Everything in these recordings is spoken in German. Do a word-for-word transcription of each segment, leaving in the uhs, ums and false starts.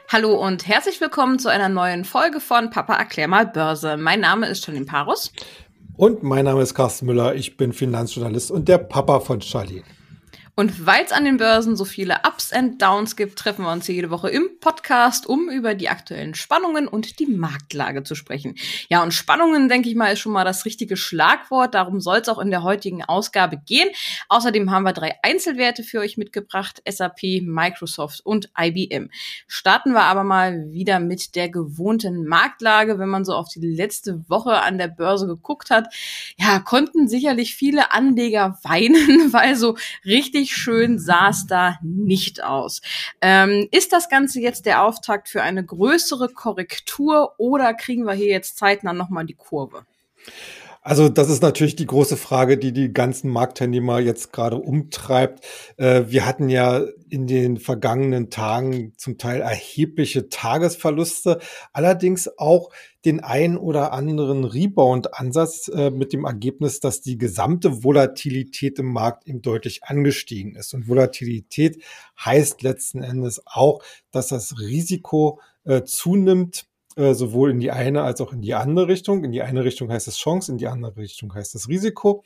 Hallo und herzlich willkommen zu einer neuen Folge von Papa erklär mal Börse. Mein Name ist Charlene Parus. Und mein Name ist Carsten Müller, ich bin Finanzjournalist und der Papa von Charlene. Und weil es an den Börsen so viele Ups and Downs gibt, treffen wir uns hier jede Woche im Podcast, um über die aktuellen Spannungen und die Marktlage zu sprechen. Ja, und Spannungen, denke ich mal, ist schon mal das richtige Schlagwort. Darum soll es auch in der heutigen Ausgabe gehen. Außerdem haben wir drei Einzelwerte für euch mitgebracht: S A P, Microsoft und I B M. Starten wir aber mal wieder mit der gewohnten Marktlage. Wenn man so auf die letzte Woche an der Börse geguckt hat, ja, konnten sicherlich viele Anleger weinen, weil so richtig schön sah es da nicht aus. Ähm, ist das Ganze jetzt der Auftakt für eine größere Korrektur oder kriegen wir hier jetzt zeitnah nochmal die Kurve? Also das ist natürlich die große Frage, die die ganzen Marktteilnehmer jetzt gerade umtreibt. Äh, wir hatten ja in den vergangenen Tagen zum Teil erhebliche Tagesverluste, allerdings auch den ein oder anderen Rebound-Ansatz äh, mit dem Ergebnis, dass die gesamte Volatilität im Markt eben deutlich angestiegen ist. Und Volatilität heißt letzten Endes auch, dass das Risiko äh, zunimmt, sowohl in die eine als auch in die andere Richtung. In die eine Richtung heißt es Chance, in die andere Richtung heißt es Risiko.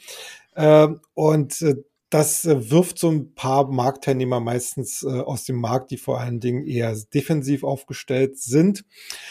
Und das wirft so ein paar Marktteilnehmer meistens aus dem Markt, die vor allen Dingen eher defensiv aufgestellt sind.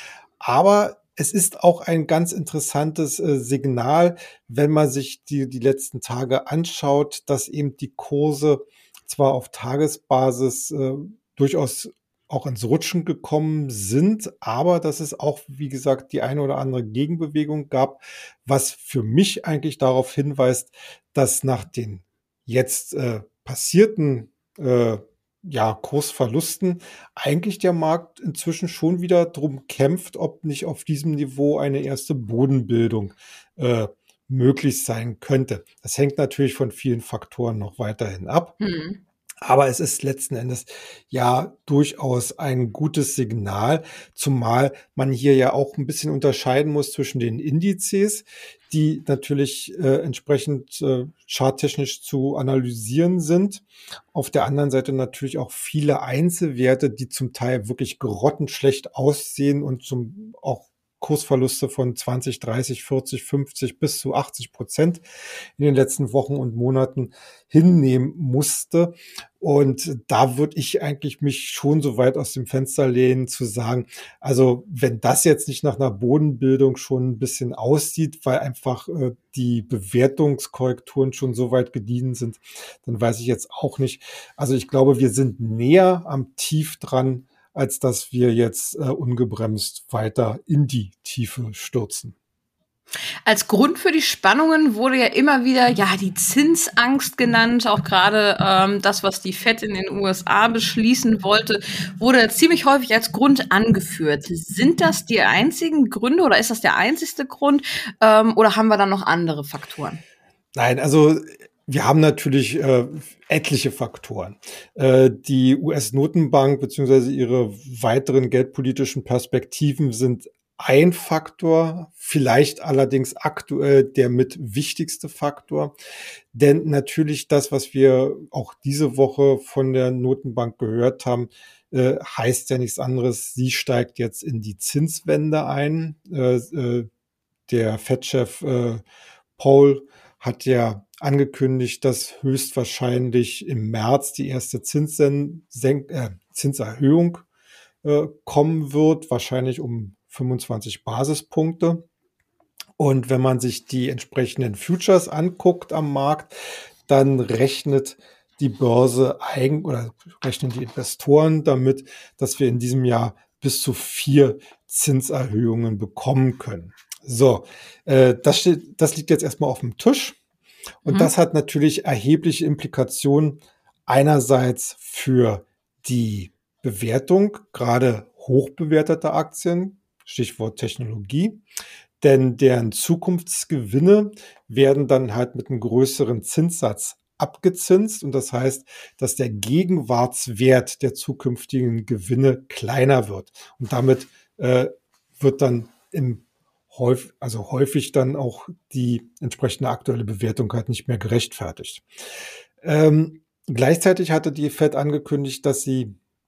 Aber es ist auch ein ganz interessantes Signal, wenn man sich die, die letzten Tage anschaut, dass eben die Kurse zwar auf Tagesbasis äh, durchaus auch ins Rutschen gekommen sind, aber dass es auch, wie gesagt, die eine oder andere Gegenbewegung gab, was für mich eigentlich darauf hinweist, dass nach den jetzt äh, passierten äh, ja, Kursverlusten eigentlich der Markt inzwischen schon wieder drum kämpft, ob nicht auf diesem Niveau eine erste Bodenbildung äh, möglich sein könnte. Das hängt natürlich von vielen Faktoren noch weiterhin ab. Hm. Aber es ist letzten Endes ja durchaus ein gutes Signal, zumal man hier ja auch ein bisschen unterscheiden muss zwischen den Indizes, die natürlich äh, entsprechend äh, charttechnisch zu analysieren sind. Auf der anderen Seite natürlich auch viele Einzelwerte, die zum Teil wirklich grottenschlecht aussehen und zum auch Kursverluste von zwanzig, dreißig, vierzig, fünfzig bis zu achtzig Prozent in den letzten Wochen und Monaten hinnehmen musste. Und da würde ich eigentlich mich schon so weit aus dem Fenster lehnen zu sagen, also wenn das jetzt nicht nach einer Bodenbildung schon ein bisschen aussieht, weil einfach äh, die Bewertungskorrekturen schon so weit gediehen sind, dann weiß ich jetzt auch nicht. Also ich glaube, wir sind näher am Tief dran, als dass wir jetzt äh, ungebremst weiter in die Tiefe stürzen. Als Grund für die Spannungen wurde ja immer wieder ja die Zinsangst genannt. Auch gerade ähm, das, was die Fed in den U S A beschließen wollte, wurde ziemlich häufig als Grund angeführt. Sind das die einzigen Gründe oder ist das der einzigste Grund ähm, oder haben wir da noch andere Faktoren? Nein, also wir haben natürlich äh, etliche Faktoren. Äh, die U S-Notenbank beziehungsweise ihre weiteren geldpolitischen Perspektiven sind ein Faktor, vielleicht allerdings aktuell der mit wichtigste Faktor. Denn natürlich das, was wir auch diese Woche von der Notenbank gehört haben, äh, heißt ja nichts anderes. Sie steigt jetzt in die Zinswende ein. Äh, äh, der Fed-Chef äh, Paul hat ja angekündigt, dass höchstwahrscheinlich im März die erste Zinsen äh, Zinserhöhung äh, kommen wird, wahrscheinlich um fünfundzwanzig Basispunkte. Und wenn man sich die entsprechenden Futures anguckt am Markt, dann rechnet die Börse eigen oder rechnen die Investoren damit, dass wir in diesem Jahr bis zu vier Zinserhöhungen bekommen können. So, äh, das steht, das liegt jetzt erstmal auf dem Tisch. Und mhm. das hat natürlich erhebliche Implikationen einerseits für die Bewertung, gerade hochbewerteter Aktien, Stichwort Technologie, denn deren Zukunftsgewinne werden dann halt mit einem größeren Zinssatz abgezinst und das heißt, dass der Gegenwartswert der zukünftigen Gewinne kleiner wird und damit äh, wird dann im häufig, also häufig dann auch die entsprechende aktuelle Bewertung halt nicht mehr gerechtfertigt. Ähm, gleichzeitig hatte die Fed angekündigt, dass sie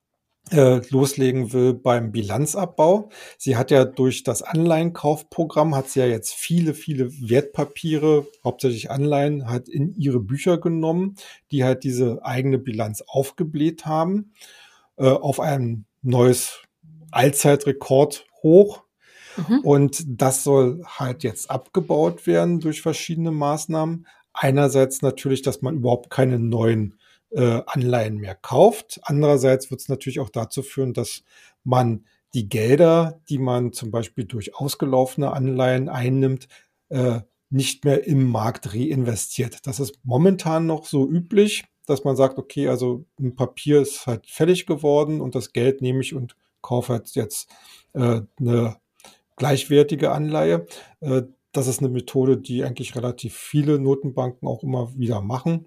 äh, loslegen will beim Bilanzabbau. Sie hat ja durch das Anleihenkaufprogramm, hat sie ja jetzt viele, viele Wertpapiere, hauptsächlich Anleihen, halt in ihre Bücher genommen, die halt diese eigene Bilanz aufgebläht haben, äh, auf ein neues Allzeitrekord hoch. Mhm. Und das soll halt jetzt abgebaut werden durch verschiedene Maßnahmen. Einerseits natürlich, dass man überhaupt keine neuen äh, Anleihen mehr kauft. Andererseits wird es natürlich auch dazu führen, dass man die Gelder, die man zum Beispiel durch ausgelaufene Anleihen einnimmt, äh, nicht mehr im Markt reinvestiert. Das ist momentan noch so üblich, dass man sagt, okay, also ein Papier ist halt fällig geworden und das Geld nehme ich und kaufe halt jetzt äh, eine gleichwertige Anleihe. Äh, das ist eine Methode, die eigentlich relativ viele Notenbanken auch immer wieder machen,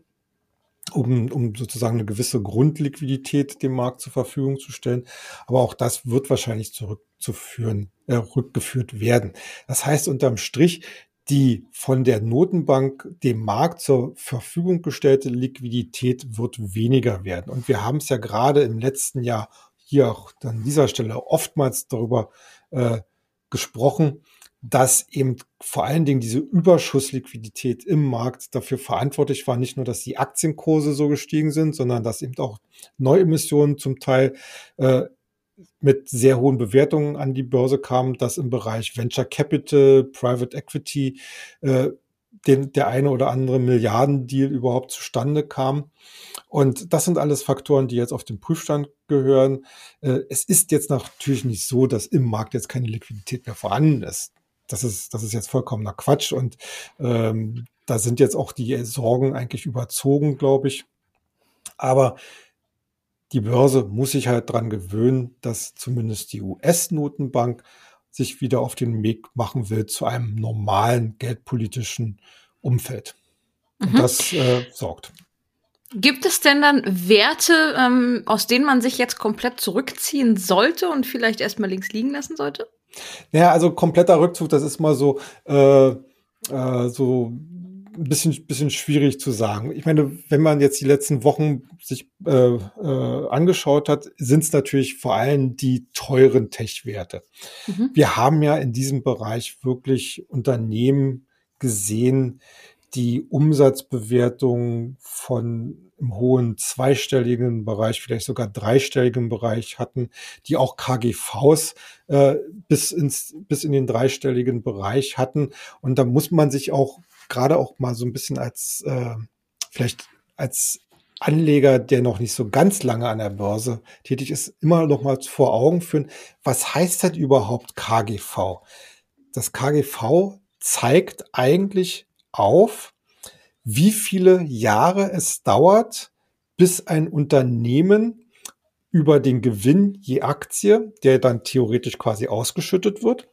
um, um sozusagen eine gewisse Grundliquidität dem Markt zur Verfügung zu stellen. Aber auch das wird wahrscheinlich zurückzuführen, äh, rückgeführt werden. Das heißt unterm Strich, die von der Notenbank dem Markt zur Verfügung gestellte Liquidität wird weniger werden. Und wir haben es ja gerade im letzten Jahr hier auch an dieser Stelle oftmals darüber äh, gesprochen, dass eben vor allen Dingen diese Überschussliquidität im Markt dafür verantwortlich war, nicht nur, dass die Aktienkurse so gestiegen sind, sondern dass eben auch Neuemissionen zum Teil äh, mit sehr hohen Bewertungen an die Börse kamen, dass im Bereich Venture Capital, Private Equity äh, den, der eine oder andere Milliardendeal überhaupt zustande kam. Und das sind alles Faktoren, die jetzt auf den Prüfstand gehören. Äh, es ist jetzt natürlich nicht so, dass im Markt jetzt keine Liquidität mehr vorhanden ist. Das ist, das ist jetzt vollkommener Quatsch. Und ähm, da sind jetzt auch die Sorgen eigentlich überzogen, glaube ich. Aber die Börse muss sich halt dran gewöhnen, dass zumindest die U S-Notenbank sich wieder auf den Weg machen will zu einem normalen geldpolitischen Umfeld. Und Mhm. das äh, sorgt. Gibt es denn dann Werte, ähm, aus denen man sich jetzt komplett zurückziehen sollte und vielleicht erstmal links liegen lassen sollte? Ja, also kompletter Rückzug, das ist mal so, äh, äh, so ein bisschen, bisschen schwierig zu sagen. Ich meine, wenn man jetzt die letzten Wochen sich äh, äh, angeschaut hat, sind es natürlich vor allem die teuren Tech-Werte. Mhm. Wir haben ja in diesem Bereich wirklich Unternehmen gesehen, die Umsatzbewertung von im hohen zweistelligen Bereich, vielleicht sogar dreistelligen Bereich hatten, die auch K G Vs äh, bis ins bis in den dreistelligen Bereich hatten. Und da muss man sich auch gerade auch mal so ein bisschen als äh, vielleicht als Anleger, der noch nicht so ganz lange an der Börse tätig ist, immer noch mal vor Augen führen, was heißt denn überhaupt K G V? Das K G V zeigt eigentlich auf, wie viele Jahre es dauert, bis ein Unternehmen über den Gewinn je Aktie, der dann theoretisch quasi ausgeschüttet wird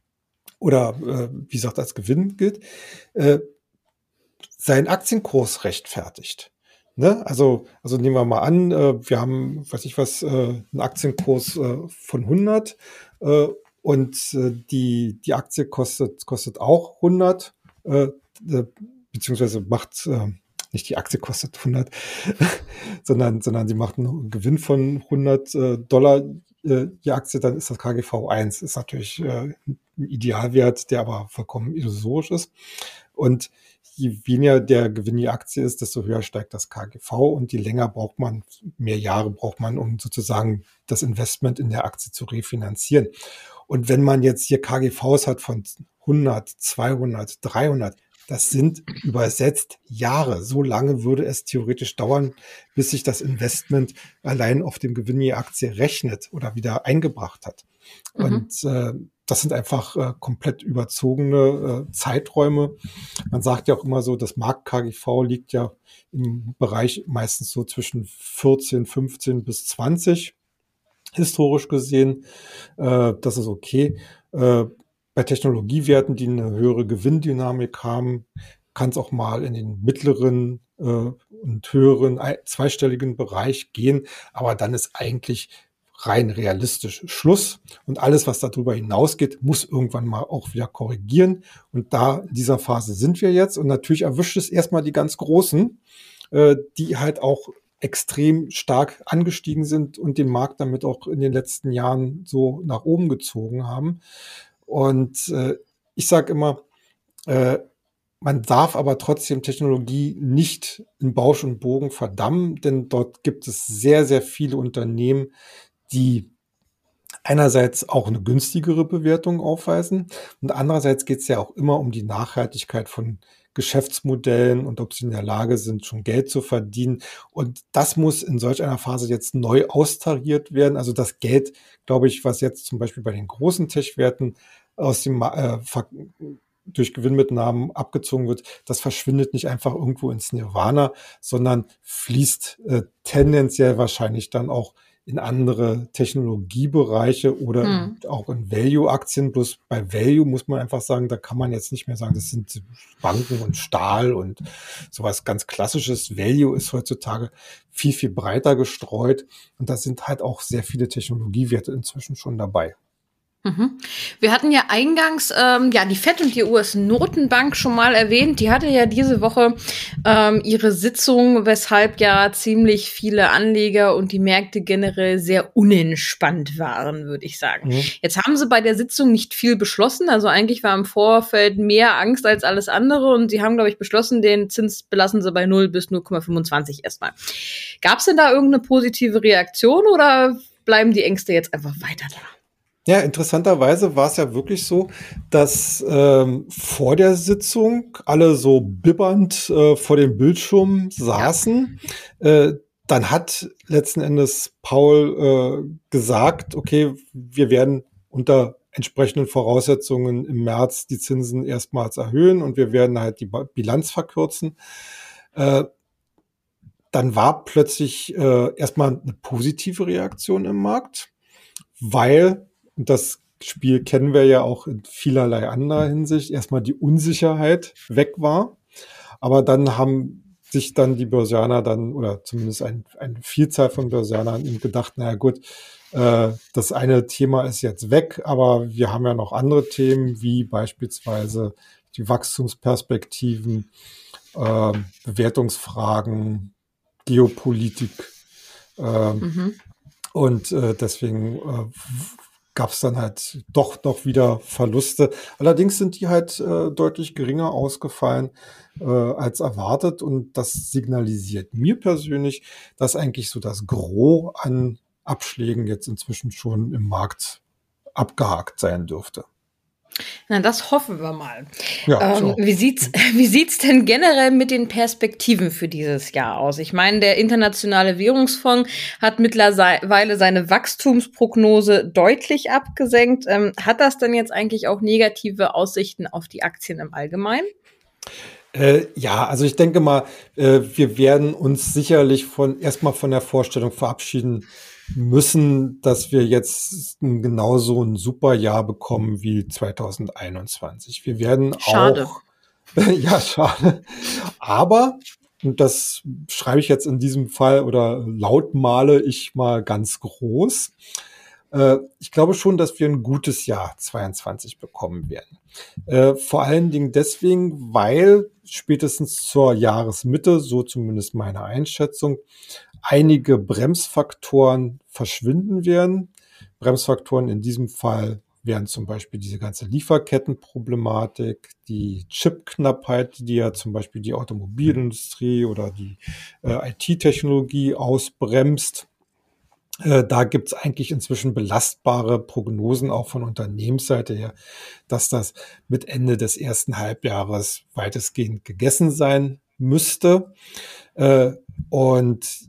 oder äh, wie gesagt als Gewinn gilt, äh, seinen Aktienkurs rechtfertigt. Ne? Also, also nehmen wir mal an, äh, wir haben, weiß ich was, äh, einen Aktienkurs äh, von hundert äh, und äh, die, die Aktie kostet, kostet auch hundert, äh, äh, beziehungsweise macht, äh, nicht die Aktie kostet hundert, sondern, sondern sie macht einen Gewinn von hundert äh, Dollar äh, die Aktie, dann ist das K G V eins. Ist natürlich äh, ein Idealwert, der aber vollkommen illusorisch ist. Und je weniger der Gewinn die Aktie ist, desto höher steigt das K G V und je länger braucht man, mehr Jahre braucht man, um sozusagen das Investment in der Aktie zu refinanzieren. Und wenn man jetzt hier K G Vs hat von hundert, zweihundert, dreihundert, das sind übersetzt Jahre. So lange würde es theoretisch dauern, bis sich das Investment allein auf dem Gewinn je Aktie rechnet oder wieder eingebracht hat. Mhm. Und äh, das sind einfach äh, komplett überzogene äh, Zeiträume. Man sagt ja auch immer so, das Markt-K G V liegt ja im Bereich meistens so zwischen vierzehn, fünfzehn bis zwanzig, historisch gesehen. Äh, das ist okay. Äh, bei Technologiewerten, die eine höhere Gewinndynamik haben, kann es auch mal in den mittleren äh, und höheren zweistelligen Bereich gehen. Aber dann ist eigentlich rein realistisch Schluss. Und alles, was darüber hinausgeht, muss irgendwann mal auch wieder korrigieren. Und da in dieser Phase sind wir jetzt. Und natürlich erwischt es erstmal die ganz Großen, äh, die halt auch extrem stark angestiegen sind und den Markt damit auch in den letzten Jahren so nach oben gezogen haben. Und äh, ich sage immer, äh, man darf aber trotzdem Technologie nicht in Bausch und Bogen verdammen, denn dort gibt es sehr, sehr viele Unternehmen, die einerseits auch eine günstigere Bewertung aufweisen und andererseits geht es ja auch immer um die Nachhaltigkeit von Geschäftsmodellen und ob sie in der Lage sind, schon Geld zu verdienen. Und das muss in solch einer Phase jetzt neu austariert werden. Also das Geld, glaube ich, was jetzt zum Beispiel bei den großen Tech-Werten aus dem äh, durch Gewinnmitnahmen abgezogen wird, das verschwindet nicht einfach irgendwo ins Nirvana, sondern fließt äh, tendenziell wahrscheinlich dann auch in andere Technologiebereiche oder hm. auch in Value-Aktien. Bloß bei Value muss man einfach sagen, da kann man jetzt nicht mehr sagen, das sind Banken und Stahl und sowas ganz Klassisches. Value ist heutzutage viel, viel breiter gestreut und da sind halt auch sehr viele Technologiewerte inzwischen schon dabei. Mhm. Wir hatten ja eingangs ähm, ja die Fed und die U S-Notenbank schon mal erwähnt. Die hatte ja diese Woche ähm, ihre Sitzung, weshalb ja ziemlich viele Anleger und die Märkte generell sehr unentspannt waren, würde ich sagen. Mhm. Jetzt haben sie bei der Sitzung nicht viel beschlossen. Also eigentlich war im Vorfeld mehr Angst als alles andere und sie haben, glaube ich, beschlossen, den Zins belassen sie bei null bis null Komma fünfundzwanzig erstmal. Gab es denn da irgendeine positive Reaktion oder bleiben die Ängste jetzt einfach weiter da? Ja, interessanterweise war es ja wirklich so, dass ähm, vor der Sitzung alle so bibbernd äh, vor dem Bildschirm saßen. Ja. Äh, dann hat letzten Endes Paul äh, gesagt, okay, wir werden unter entsprechenden Voraussetzungen im März die Zinsen erstmals erhöhen und wir werden halt die Bilanz verkürzen. Äh, dann war plötzlich äh, erstmal eine positive Reaktion im Markt, weil und das Spiel kennen wir ja auch in vielerlei anderer Hinsicht. Erstmal die Unsicherheit weg war. Aber dann haben sich dann die Börsianer dann, oder zumindest ein, eine Vielzahl von Börsianern eben gedacht, naja gut, äh, das eine Thema ist jetzt weg, aber wir haben ja noch andere Themen, wie beispielsweise die Wachstumsperspektiven, äh, Bewertungsfragen, Geopolitik. Äh, mhm. Und äh, deswegen äh, gab es dann halt doch noch wieder Verluste. Allerdings sind die halt äh, deutlich geringer ausgefallen äh, als erwartet. Und das signalisiert mir persönlich, dass eigentlich so das Gros an Abschlägen jetzt inzwischen schon im Markt abgehakt sein dürfte. Na, das hoffen wir mal. Ja, ähm, wie sieht's, wie sieht's denn generell mit den Perspektiven für dieses Jahr aus? Ich meine, der Internationale Währungsfonds hat mittlerweile seine Wachstumsprognose deutlich abgesenkt. Ähm, hat das denn jetzt eigentlich auch negative Aussichten auf die Aktien im Allgemeinen? Äh, ja, also ich denke mal, äh, wir werden uns sicherlich von erstmal von der Vorstellung verabschieden müssen, dass wir jetzt ein, genauso ein super Jahr bekommen wie zwanzig einundzwanzig. Wir werden schade. auch, ja, schade. Aber, und das schreibe ich jetzt in diesem Fall oder lautmale ich mal ganz groß, äh, ich glaube schon, dass wir ein gutes Jahr zweiundzwanzig bekommen werden. Äh, vor allen Dingen deswegen, weil spätestens zur Jahresmitte, so zumindest meine Einschätzung, einige Bremsfaktoren verschwinden werden. Bremsfaktoren in diesem Fall wären zum Beispiel diese ganze Lieferkettenproblematik, die Chipknappheit, die ja zum Beispiel die Automobilindustrie oder die äh, I T-Technologie ausbremst. Äh, da gibt es eigentlich inzwischen belastbare Prognosen auch von Unternehmensseite her, dass das mit Ende des ersten Halbjahres weitestgehend gegessen sein müsste. Äh, und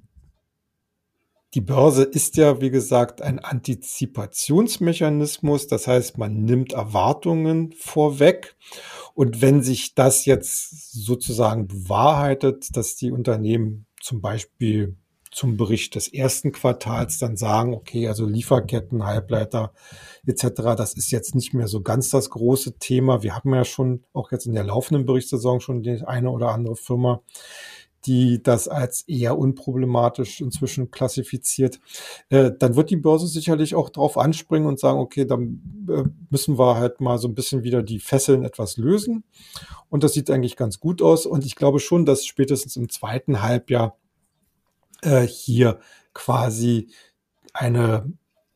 die Börse ist ja, wie gesagt, ein Antizipationsmechanismus. Das heißt, man nimmt Erwartungen vorweg. Und wenn sich das jetzt sozusagen bewahrheitet, dass die Unternehmen zum Beispiel zum Bericht des ersten Quartals dann sagen, okay, also Lieferketten, Halbleiter et cetera, das ist jetzt nicht mehr so ganz das große Thema. Wir haben ja schon auch jetzt in der laufenden Berichtssaison schon die eine oder andere Firma, die das als eher unproblematisch inzwischen klassifiziert, äh, dann wird die Börse sicherlich auch drauf anspringen und sagen, okay, dann äh, müssen wir halt mal so ein bisschen wieder die Fesseln etwas lösen. Und das sieht eigentlich ganz gut aus. Und ich glaube schon, dass spätestens im zweiten Halbjahr äh, hier quasi eine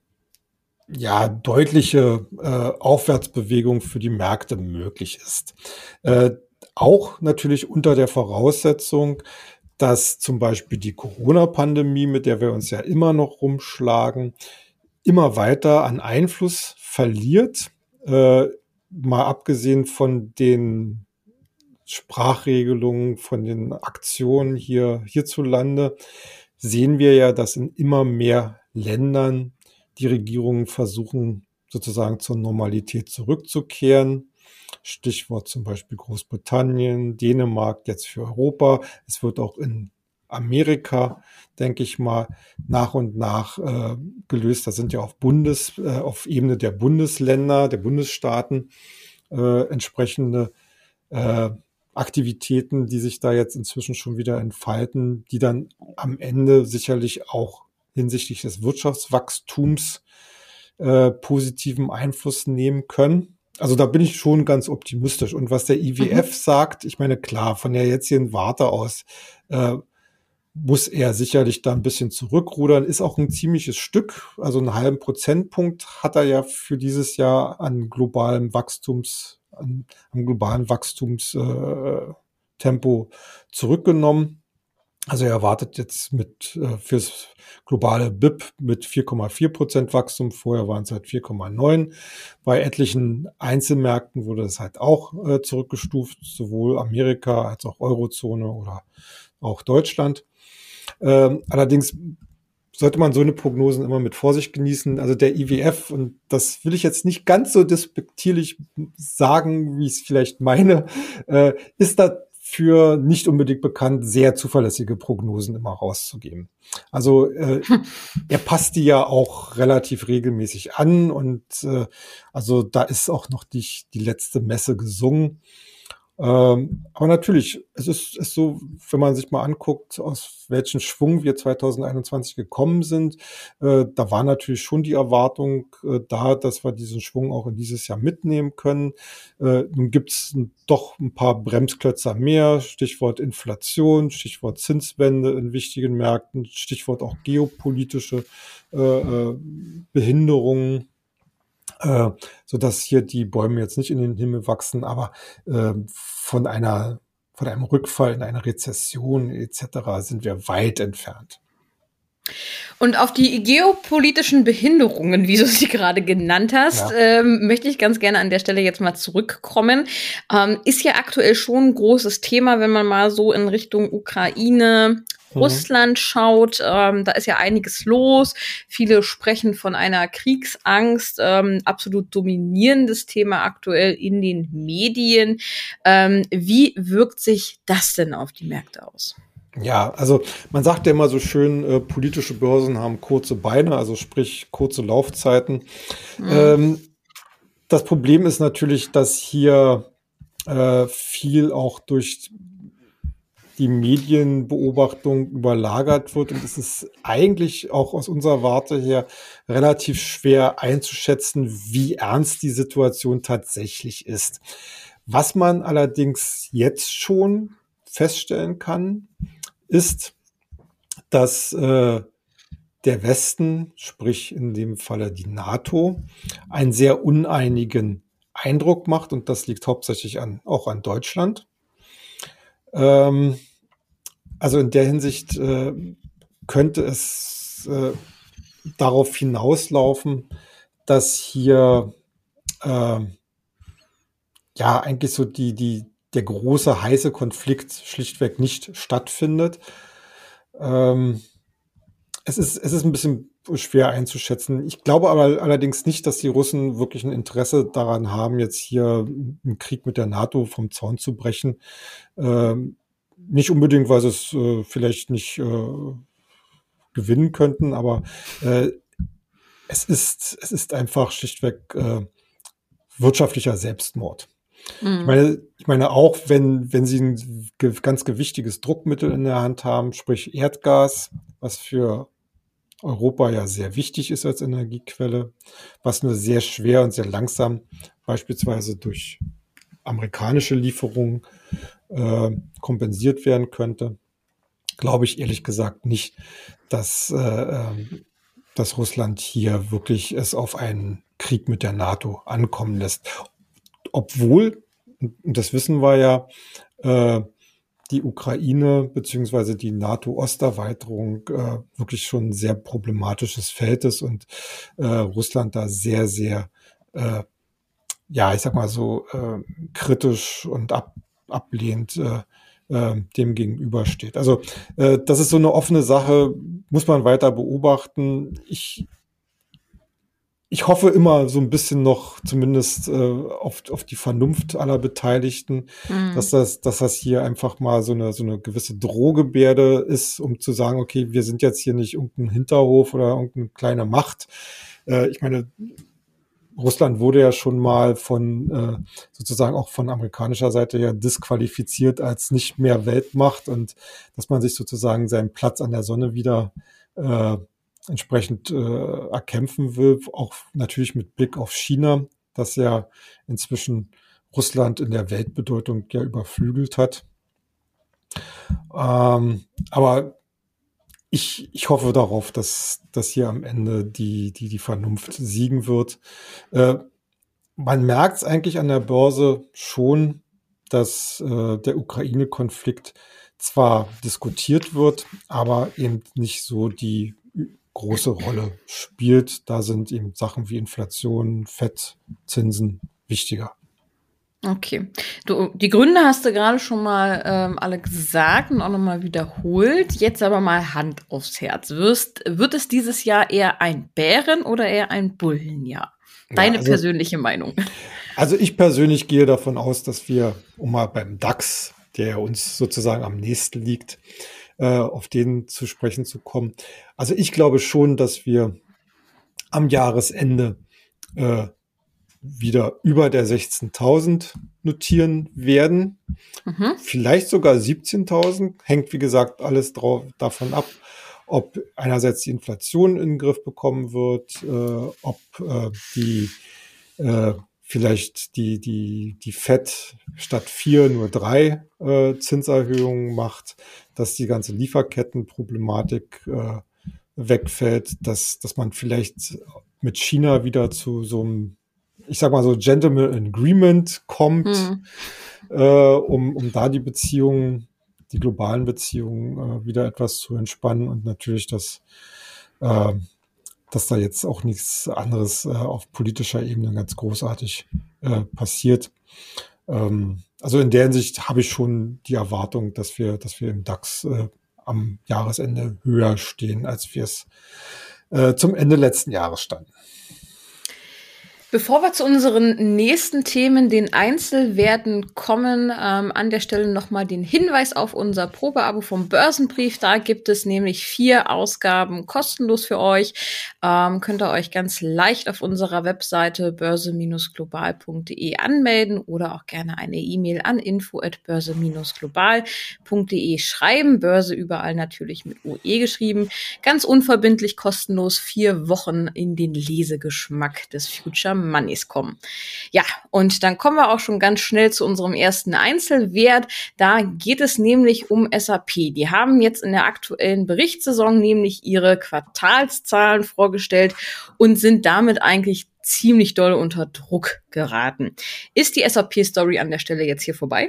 ja deutliche äh, Aufwärtsbewegung für die Märkte möglich ist. Äh, auch natürlich unter der Voraussetzung, dass zum Beispiel die Corona-Pandemie, mit der wir uns ja immer noch rumschlagen, immer weiter an Einfluss verliert. Äh, mal abgesehen von den Sprachregelungen, von den Aktionen hier hierzulande, sehen wir ja, dass in immer mehr Ländern die Regierungen versuchen, sozusagen zur Normalität zurückzukehren. Stichwort zum Beispiel Großbritannien, Dänemark, jetzt für Europa. Es wird auch in Amerika, denke ich mal, nach und nach äh, gelöst. Das sind ja auf Bundes, äh, auf Ebene der Bundesländer, der Bundesstaaten äh, entsprechende äh, Aktivitäten, die sich da jetzt inzwischen schon wieder entfalten, die dann am Ende sicherlich auch hinsichtlich des Wirtschaftswachstums äh, positiven Einfluss nehmen können. Also da bin ich schon ganz optimistisch. Und was der I W F mhm. sagt, ich meine, klar, von der jetzigen Warte aus äh, muss er sicherlich da ein bisschen zurückrudern, ist auch ein ziemliches Stück. Also einen halben Prozentpunkt hat er ja für dieses Jahr an globalem Wachstums, an, am globalen Wachstumstempo äh, zurückgenommen. Also er erwartet jetzt mit äh, fürs globale B I P mit vier Komma vier Prozent Wachstum. Vorher waren es halt vier Komma neun. Bei etlichen Einzelmärkten wurde es halt auch äh, zurückgestuft, sowohl Amerika als auch Eurozone oder auch Deutschland. Ähm, allerdings sollte man so eine Prognosen immer mit Vorsicht genießen. Also der I W F, und das will ich jetzt nicht ganz so despektierlich sagen, wie ich es vielleicht meine, äh, ist dafür nicht unbedingt bekannt, sehr zuverlässige Prognosen immer rauszugeben. Also äh, er passt die ja auch relativ regelmäßig an und äh, also da ist auch noch die, die letzte Messe gesungen. Ähm, aber natürlich, es ist, ist so, wenn man sich mal anguckt, aus welchem Schwung wir zwanzig einundzwanzig gekommen sind, äh, da war natürlich schon die Erwartung äh, da, dass wir diesen Schwung auch in dieses Jahr mitnehmen können. Äh, nun gibt es doch ein paar Bremsklötzer mehr, Stichwort Inflation, Stichwort Zinswende in wichtigen Märkten, Stichwort auch geopolitische äh, äh, Behinderungen. Äh, so dass hier die Bäume jetzt nicht in den Himmel wachsen, aber äh, von einer, von einem Rückfall in eine Rezession et cetera sind wir weit entfernt. Und auf die geopolitischen Behinderungen, wie du sie gerade genannt hast, ja. ähm, möchte ich ganz gerne an der Stelle jetzt mal zurückkommen. Ähm, ist ja aktuell schon ein großes Thema, wenn man mal so in Richtung Ukraine, Russland schaut, ähm, da ist ja einiges los. Viele sprechen von einer Kriegsangst, ähm, absolut dominierendes Thema aktuell in den Medien. Ähm, wie wirkt sich das denn auf die Märkte aus? Ja, also man sagt ja immer so schön, äh, politische Börsen haben kurze Beine, also sprich kurze Laufzeiten. Mhm. Ähm, das Problem ist natürlich, dass hier äh, viel auch durch die Medienbeobachtung überlagert wird und es ist eigentlich auch aus unserer Warte her relativ schwer einzuschätzen, wie ernst die Situation tatsächlich ist. Was man allerdings jetzt schon feststellen kann, ist, dass äh, der Westen, sprich in dem Falle die NATO, einen sehr uneinigen Eindruck macht und das liegt hauptsächlich an, auch an Deutschland. Ähm, also in der Hinsicht äh, könnte es äh, darauf hinauslaufen, dass hier äh, ja eigentlich so die, die, der große heiße Konflikt schlichtweg nicht stattfindet. Ähm, es ist, es ist ein bisschen schwer einzuschätzen. Ich glaube aber allerdings nicht, dass die Russen wirklich ein Interesse daran haben, jetzt hier einen Krieg mit der NATO vom Zaun zu brechen. Ähm, nicht unbedingt, weil sie es äh, vielleicht nicht äh, gewinnen könnten, aber äh, es ist, es ist einfach schlichtweg äh, wirtschaftlicher Selbstmord. Mhm. Ich meine, ich meine auch, wenn, wenn sie ein ge- ganz gewichtiges Druckmittel in der Hand haben, sprich Erdgas, was für Europa ja sehr wichtig ist als Energiequelle, was nur sehr schwer und sehr langsam beispielsweise durch amerikanische Lieferungen äh, kompensiert werden könnte. glaube ich ehrlich gesagt nicht, dass, äh, ähm, dass Russland hier wirklich es auf einen Krieg mit der NATO ankommen lässt. Obwohl, und das wissen wir ja, äh, die Ukraine beziehungsweise die NATO-Osterweiterung äh, wirklich schon ein sehr problematisches Feld ist und äh, Russland da sehr, sehr, äh, ja, ich sag mal so, äh, kritisch und ab, ablehnend äh, äh, dem gegenübersteht. Also äh, das ist so eine offene Sache, muss man weiter beobachten. Ich Ich hoffe immer so ein bisschen noch zumindest äh, auf, auf die Vernunft aller Beteiligten, dass Mhm. das, dass das hier einfach mal so eine, so eine gewisse Drohgebärde ist, um zu sagen, okay, wir sind jetzt hier nicht irgendein Hinterhof oder irgendeine kleine Macht. Äh, ich meine, Russland wurde ja schon mal von äh, sozusagen auch von amerikanischer Seite ja disqualifiziert als nicht mehr Weltmacht und dass man sich sozusagen seinen Platz an der Sonne wieder äh, entsprechend äh, erkämpfen will, auch natürlich mit Blick auf China, das ja inzwischen Russland in der Weltbedeutung ja überflügelt hat. Ähm, aber ich, ich hoffe darauf, dass, dass hier am Ende die, die, die Vernunft siegen wird. Äh, Man merkt es eigentlich an der Börse schon, dass äh, der Ukraine-Konflikt zwar diskutiert wird, aber eben nicht so die große Rolle spielt. Da sind eben Sachen wie Inflation, Fett, Zinsen wichtiger. Okay. Du, die Gründe hast du gerade schon mal ähm, alle gesagt und auch nochmal wiederholt. Jetzt aber mal Hand aufs Herz. Wirst, wird es dieses Jahr eher ein Bären- oder eher ein Bullenjahr? Ja, Deine also, persönliche Meinung. also ich persönlich gehe davon aus, dass wir, um mal beim DAX, der uns sozusagen am nächsten liegt, äh, auf den zu sprechen zu kommen. Also ich glaube schon, dass wir am Jahresende äh, wieder über der sechzehntausend notieren werden. Mhm. Vielleicht sogar siebzehntausend. Hängt, wie gesagt, alles drauf, davon ab, ob einerseits die Inflation in den Griff bekommen wird, äh, ob äh, die äh, vielleicht die, die, die Fed statt vier nur drei äh, Zinserhöhungen macht, dass die ganze Lieferkettenproblematik äh, wegfällt, dass, dass man vielleicht mit China wieder zu so einem, ich sag mal so, Gentleman Agreement kommt, Mhm. äh, um, um da die Beziehungen, die globalen Beziehungen äh, wieder etwas zu entspannen und natürlich, dass, äh, dass da jetzt auch nichts anderes äh, auf politischer Ebene ganz großartig äh, passiert. Ähm, also in der Hinsicht habe ich schon die Erwartung, dass wir, dass wir im DAX äh, am Jahresende höher stehen, als wir es äh, zum Ende letzten Jahres standen. Bevor wir zu unseren nächsten Themen, den Einzelwerten, kommen, ähm, an der Stelle nochmal den Hinweis auf unser Probeabo vom Börsenbrief. Da gibt es nämlich vier Ausgaben kostenlos für euch. Ähm, könnt ihr euch ganz leicht auf unserer Webseite börse global punkt de anmelden oder auch gerne eine E-Mail an info at börse global punkt de schreiben. Börse überall natürlich mit O E geschrieben. Ganz unverbindlich, kostenlos vier Wochen in den Lesegeschmack des Future Moneys kommen. Ja, und dann kommen wir auch schon ganz schnell zu unserem ersten Einzelwert. Da geht es nämlich um S A P. Die haben jetzt in der aktuellen Berichtssaison nämlich ihre Quartalszahlen vorgestellt und sind damit eigentlich ziemlich doll unter Druck geraten. Ist die S A P-Story an der Stelle jetzt hier vorbei?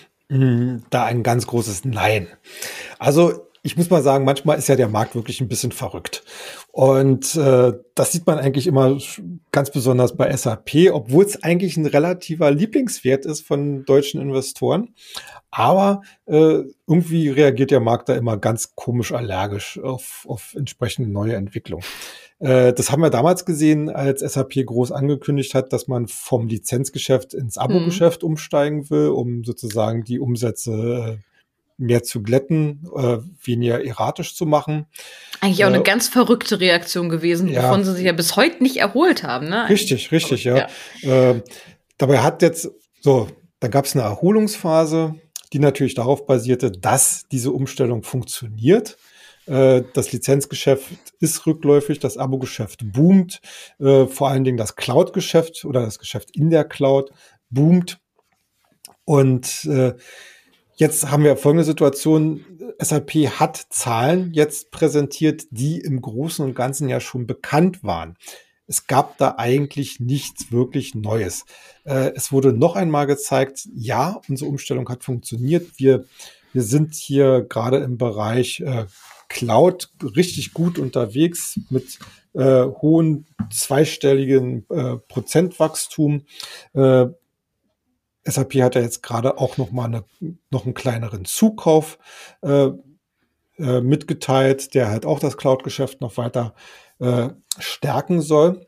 Da ein ganz großes Nein. Also ich muss mal sagen, manchmal ist ja der Markt wirklich ein bisschen verrückt. Und äh, das sieht man eigentlich immer ganz besonders bei S A P, obwohl es eigentlich ein relativer Lieblingswert ist von deutschen Investoren. Aber äh, irgendwie reagiert der Markt da immer ganz komisch allergisch auf, auf entsprechende neue Entwicklungen. Äh, das haben wir damals gesehen, als S A P groß angekündigt hat, dass man vom Lizenzgeschäft ins Abo-Geschäft hm. umsteigen will, um sozusagen die Umsätze äh, mehr zu glätten, äh, weniger erratisch zu machen. Eigentlich auch eine äh, ganz verrückte Reaktion gewesen, ja, wovon sie sich ja bis heute nicht erholt haben. Ne? Richtig, richtig, ja. ja. Äh, dabei hat jetzt, so, dann gab es eine Erholungsphase, die natürlich darauf basierte, dass diese Umstellung funktioniert. Äh, das Lizenzgeschäft ist rückläufig, das Abo-Geschäft boomt, äh, vor allen Dingen das Cloud-Geschäft oder das Geschäft in der Cloud boomt. Und äh, Jetzt haben wir folgende Situation. S A P hat Zahlen jetzt präsentiert, die im Großen und Ganzen ja schon bekannt waren. Es gab da eigentlich nichts wirklich Neues. Äh, es wurde noch einmal gezeigt, ja, unsere Umstellung hat funktioniert. Wir, wir sind hier gerade im Bereich äh, Cloud richtig gut unterwegs mit äh, hohen zweistelligen äh, Prozentwachstum. Äh, S A P hat ja jetzt gerade auch noch mal eine, noch einen kleineren Zukauf äh, äh, mitgeteilt, der halt auch das Cloud-Geschäft noch weiter äh, stärken soll.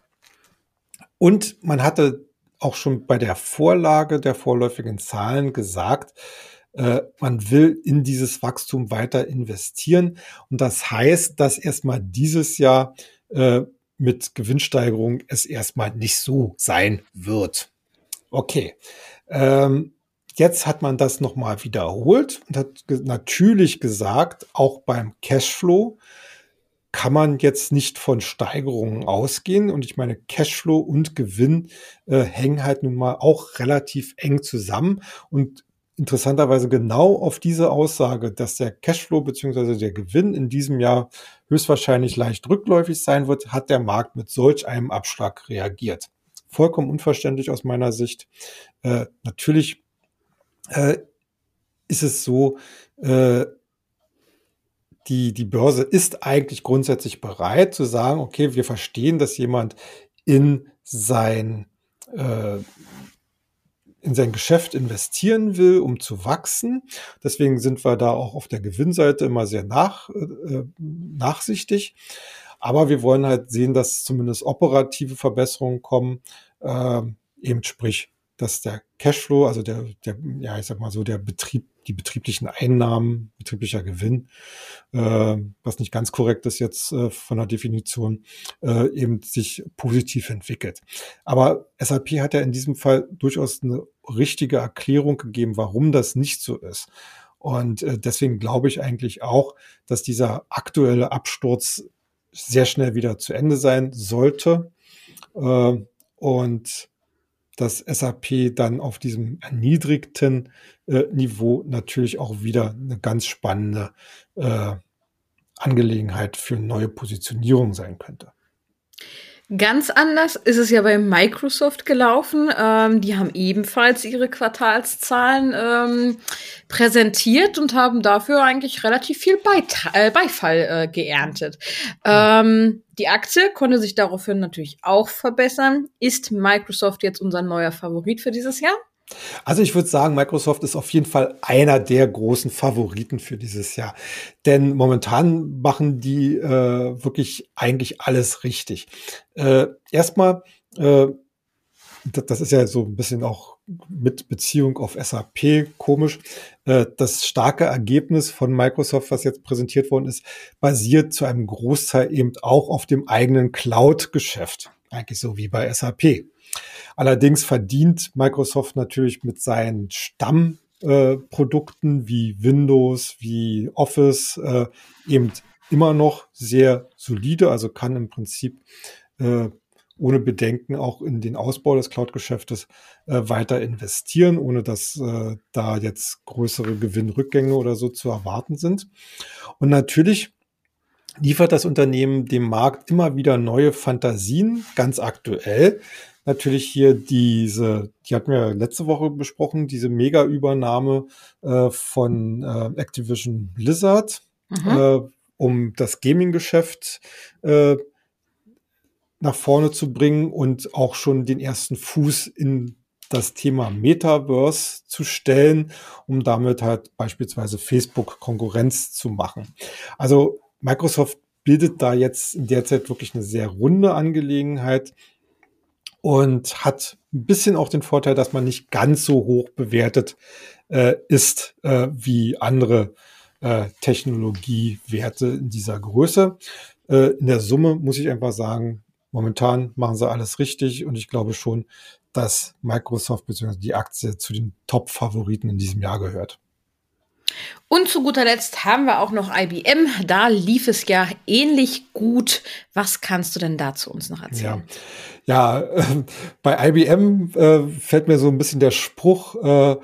Und man hatte auch schon bei der Vorlage der vorläufigen Zahlen gesagt, äh, man will in dieses Wachstum weiter investieren. Und das heißt, dass erstmal dieses Jahr äh, mit Gewinnsteigerung es erstmal nicht so sein wird. Okay. Ähm, jetzt hat man das nochmal wiederholt und hat ge- natürlich gesagt, auch beim Cashflow kann man jetzt nicht von Steigerungen ausgehen. Und ich meine, Cashflow und Gewinn äh, hängen halt nun mal auch relativ eng zusammen. Und interessanterweise genau auf diese Aussage, dass der Cashflow beziehungsweise der Gewinn in diesem Jahr höchstwahrscheinlich leicht rückläufig sein wird, hat der Markt mit solch einem Abschlag reagiert. Vollkommen unverständlich aus meiner Sicht. Äh, natürlich äh, ist es so, äh, die, die Börse ist eigentlich grundsätzlich bereit zu sagen, okay, wir verstehen, dass jemand in sein, äh, in sein Geschäft investieren will, um zu wachsen. Deswegen sind wir da auch auf der Gewinnseite immer sehr nach, äh, nachsichtig. Aber wir wollen halt sehen, dass zumindest operative Verbesserungen kommen, äh, eben sprich, dass der Cashflow, also der, der, ja, ich sag mal so, der Betrieb, die betrieblichen Einnahmen, betrieblicher Gewinn, äh, was nicht ganz korrekt ist jetzt äh, von der Definition, äh, eben sich positiv entwickelt. Aber S A P hat ja in diesem Fall durchaus eine richtige Erklärung gegeben, warum das nicht so ist. Und äh, deswegen glaube ich eigentlich auch, dass dieser aktuelle Absturz sehr schnell wieder zu Ende sein sollte. Äh, und dass S A P dann auf diesem erniedrigten äh, Niveau natürlich auch wieder eine ganz spannende äh, Angelegenheit für neue Positionierung sein könnte. Ganz anders ist es ja bei Microsoft gelaufen. Ähm, die haben ebenfalls ihre Quartalszahlen ähm, präsentiert und haben dafür eigentlich relativ viel Beita- äh, Beifall äh, geerntet. Ähm, die Aktie konnte sich daraufhin natürlich auch verbessern. Ist Microsoft jetzt unser neuer Favorit für dieses Jahr? Also ich würde sagen, Microsoft ist auf jeden Fall einer der großen Favoriten für dieses Jahr. Denn momentan machen die äh, wirklich eigentlich alles richtig. Äh, erstmal, äh, das, das ist ja so ein bisschen auch mit Beziehung auf S A P komisch. Äh, das starke Ergebnis von Microsoft, was jetzt präsentiert worden ist, basiert zu einem Großteil eben auch auf dem eigenen Cloud-Geschäft. Eigentlich so wie bei S A P. Allerdings verdient Microsoft natürlich mit seinen Stammprodukten äh, wie Windows, wie Office äh, eben immer noch sehr solide, also kann im Prinzip äh, ohne Bedenken auch in den Ausbau des Cloud-Geschäftes äh, weiter investieren, ohne dass äh, da jetzt größere Gewinnrückgänge oder so zu erwarten sind. Und natürlich liefert das Unternehmen dem Markt immer wieder neue Fantasien, ganz aktuell. Natürlich hier diese, die hatten wir letzte Woche besprochen, diese Mega-Übernahme äh, von äh, Activision Blizzard, mhm. äh, um das Gaming-Geschäft äh, nach vorne zu bringen und auch schon den ersten Fuß in das Thema Metaverse zu stellen, um damit halt beispielsweise Facebook Konkurrenz zu machen. Also Microsoft bildet da jetzt in der Zeit wirklich eine sehr runde Angelegenheit und hat ein bisschen auch den Vorteil, dass man nicht ganz so hoch bewertet äh, ist äh, wie andere äh, Technologiewerte in dieser Größe. Äh, in der Summe muss ich einfach sagen, momentan machen sie alles richtig und ich glaube schon, dass Microsoft bzw. die Aktie zu den Top-Favoriten in diesem Jahr gehört. Und zu guter Letzt haben wir auch noch I B M. Da lief es ja ähnlich gut. Was kannst du denn dazu uns noch erzählen? Ja, ja äh, bei I B M äh, fällt mir so ein bisschen der Spruch, äh,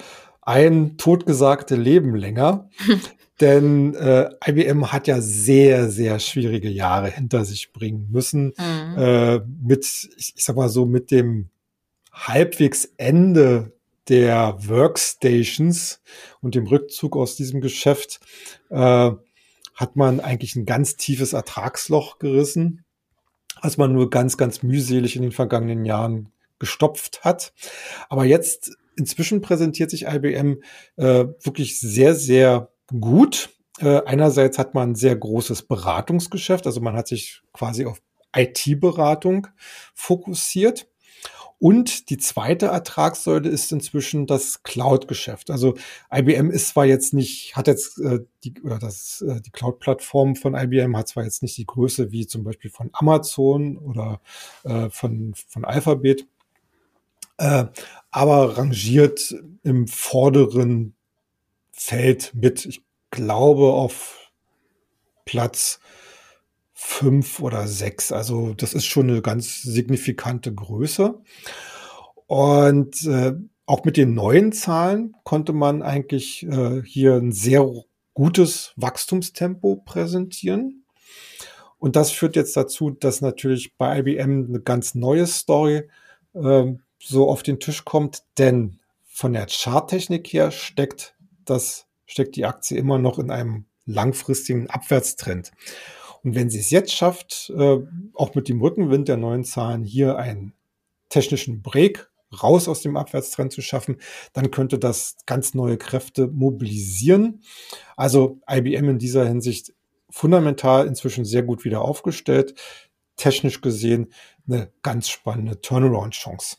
ein totgesagte Leben länger. Denn äh, I B M hat ja sehr, sehr schwierige Jahre hinter sich bringen müssen. Mhm. Äh, mit, ich, ich sag mal so, mit dem halbwegs Ende der Workstations und dem Rückzug aus diesem Geschäft äh, hat man eigentlich ein ganz tiefes Ertragsloch gerissen, was man nur ganz, ganz mühselig in den vergangenen Jahren gestopft hat. Aber jetzt inzwischen präsentiert sich I B M äh, wirklich sehr, sehr gut. Äh, einerseits hat man ein sehr großes Beratungsgeschäft, also man hat sich quasi auf I T-Beratung fokussiert. Und die zweite Ertragssäule ist inzwischen das Cloud-Geschäft. Also I B M ist zwar jetzt nicht, hat jetzt äh, die oder das äh, die Cloud-Plattform von I B M hat zwar jetzt nicht die Größe wie zum Beispiel von Amazon oder äh, von von Alphabet, äh, aber rangiert im vorderen Feld mit, ich glaube, auf Platz fünf oder sechs. Also das ist schon eine ganz signifikante Größe. Und äh, auch mit den neuen Zahlen konnte man eigentlich äh, hier ein sehr gutes Wachstumstempo präsentieren. Und das führt jetzt dazu, dass natürlich bei I B M eine ganz neue Story äh, so auf den Tisch kommt, denn von der Charttechnik her steckt das, steckt die Aktie immer noch in einem langfristigen Abwärtstrend. Und wenn sie es jetzt schafft, äh, auch mit dem Rückenwind der neuen Zahlen hier einen technischen Break raus aus dem Abwärtstrend zu schaffen, dann könnte das ganz neue Kräfte mobilisieren. Also I B M in dieser Hinsicht fundamental inzwischen sehr gut wieder aufgestellt. Technisch gesehen eine ganz spannende Turnaround-Chance.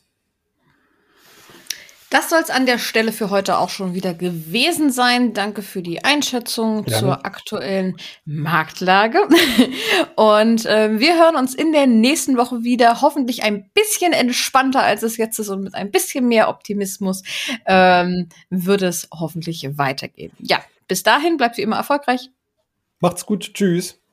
Das soll es an der Stelle für heute auch schon wieder gewesen sein. Danke für die Einschätzung Gerne. Zur aktuellen Marktlage. Und äh, wir hören uns in der nächsten Woche wieder. Hoffentlich ein bisschen entspannter, als es jetzt ist und mit ein bisschen mehr Optimismus ähm, wird es hoffentlich weitergehen. Ja, bis dahin bleibt wie immer erfolgreich. Macht's gut. Tschüss.